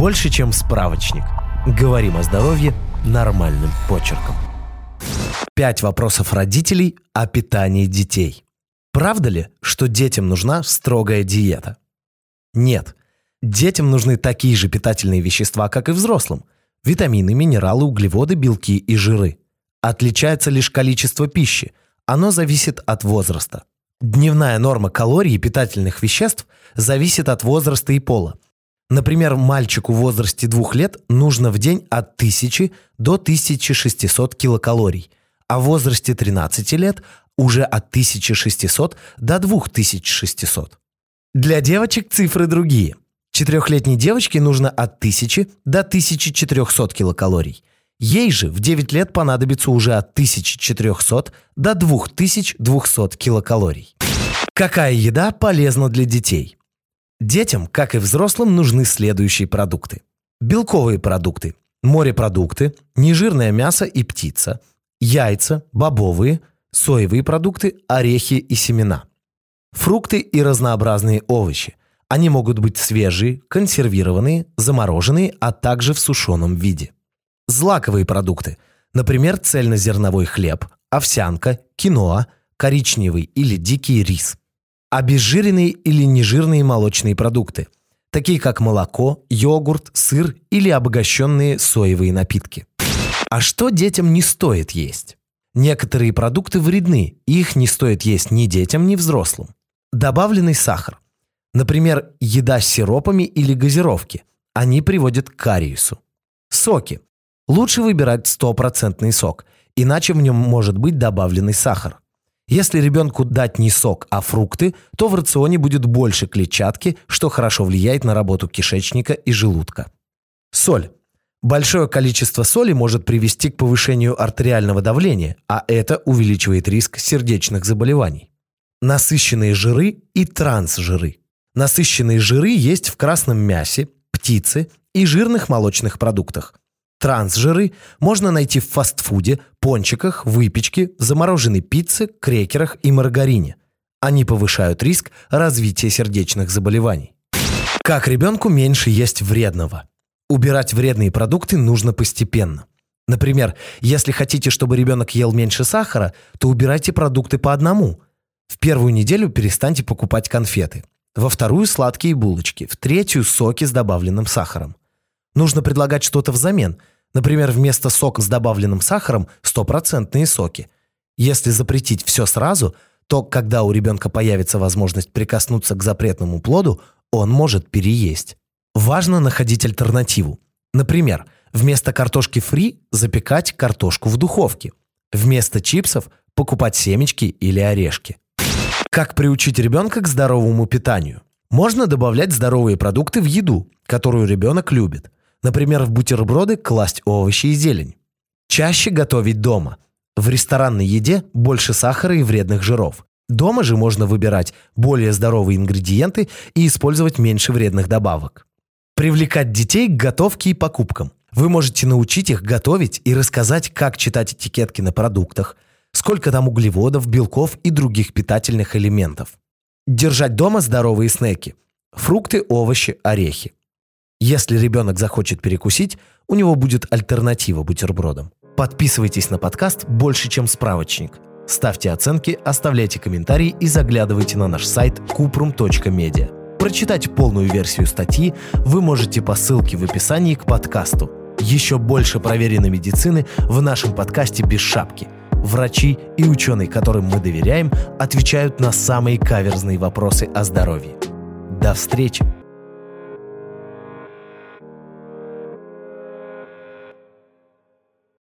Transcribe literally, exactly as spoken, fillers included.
Больше, чем справочник. Говорим о здоровье нормальным почерком. Пять вопросов родителей о питании детей. Правда ли, что детям нужна строгая диета? Нет. Детям нужны такие же питательные вещества, как и взрослым. Витамины, минералы, углеводы, белки и жиры. Отличается лишь количество пищи. Оно зависит от возраста. Дневная норма калорий и питательных веществ зависит от возраста и пола. Например, мальчику в возрасте двух лет нужно в день от тысячи до тысячи шестисот килокалорий, а в возрасте тринадцати лет уже от тысячи шестисот до двух тысяч шестисот. Для девочек цифры другие. Четырехлетней девочке нужно от тысячи до тысячи четырехсот килокалорий. Ей же в девять лет понадобится уже от тысячи четырехсот до двух тысяч двухсот килокалорий. Какая еда полезна для детей? Детям, как и взрослым, нужны следующие продукты. Белковые продукты, морепродукты, нежирное мясо и птица, яйца, бобовые, соевые продукты, орехи и семена. Фрукты и разнообразные овощи. Они могут быть свежие, консервированные, замороженные, а также в сушеном виде. Злаковые продукты, например, цельнозерновой хлеб, овсянка, киноа, коричневый или дикий рис. Обезжиренные или нежирные молочные продукты, такие как молоко, йогурт, сыр или обогащенные соевые напитки. А что детям не стоит есть? Некоторые продукты вредны, и их не стоит есть ни детям, ни взрослым. Добавленный сахар. Например, еда с сиропами или газировки. Они приводят к кариесу. Соки. Лучше выбирать стопроцентный сок, иначе в нем может быть добавленный сахар. Если ребенку дать не сок, а фрукты, то в рационе будет больше клетчатки, что хорошо влияет на работу кишечника и желудка. Соль. Большое количество соли может привести к повышению артериального давления, а это увеличивает риск сердечных заболеваний. Насыщенные жиры и трансжиры. Насыщенные жиры есть в красном мясе, птице и жирных молочных продуктах. Трансжиры можно найти в фастфуде, пончиках, выпечке, замороженной пицце, крекерах и маргарине. Они повышают риск развития сердечных заболеваний. Как ребенку меньше есть вредного? Убирать вредные продукты нужно постепенно. Например, если хотите, чтобы ребенок ел меньше сахара, то убирайте продукты по одному. В первую неделю перестаньте покупать конфеты. Во вторую – сладкие булочки. В третью – соки с добавленным сахаром. Нужно предлагать что-то взамен. Например, вместо сока с добавленным сахаром – стопроцентные соки. Если запретить все сразу, то когда у ребенка появится возможность прикоснуться к запретному плоду, он может переесть. Важно находить альтернативу. Например, вместо картошки фри запекать картошку в духовке. Вместо чипсов покупать семечки или орешки. Как приучить ребенка к здоровому питанию? Можно добавлять здоровые продукты в еду, которую ребенок любит. Например, в бутерброды класть овощи и зелень. Чаще готовить дома. В ресторанной еде больше сахара и вредных жиров. Дома же можно выбирать более здоровые ингредиенты и использовать меньше вредных добавок. Привлекать детей к готовке и покупкам. Вы можете научить их готовить и рассказать, как читать этикетки на продуктах, сколько там углеводов, белков и других питательных элементов. Держать дома здоровые снеки. Фрукты, овощи, орехи. Если ребенок захочет перекусить, у него будет альтернатива бутербродам. Подписывайтесь на подкаст «Больше, чем справочник». Ставьте оценки, оставляйте комментарии и заглядывайте на наш сайт купрум точка медиа. Прочитать полную версию статьи вы можете по ссылке в описании к подкасту. Еще больше проверенной медицины в нашем подкасте «Без шапки». Врачи и ученые, которым мы доверяем, отвечают на самые каверзные вопросы о здоровье. До встречи!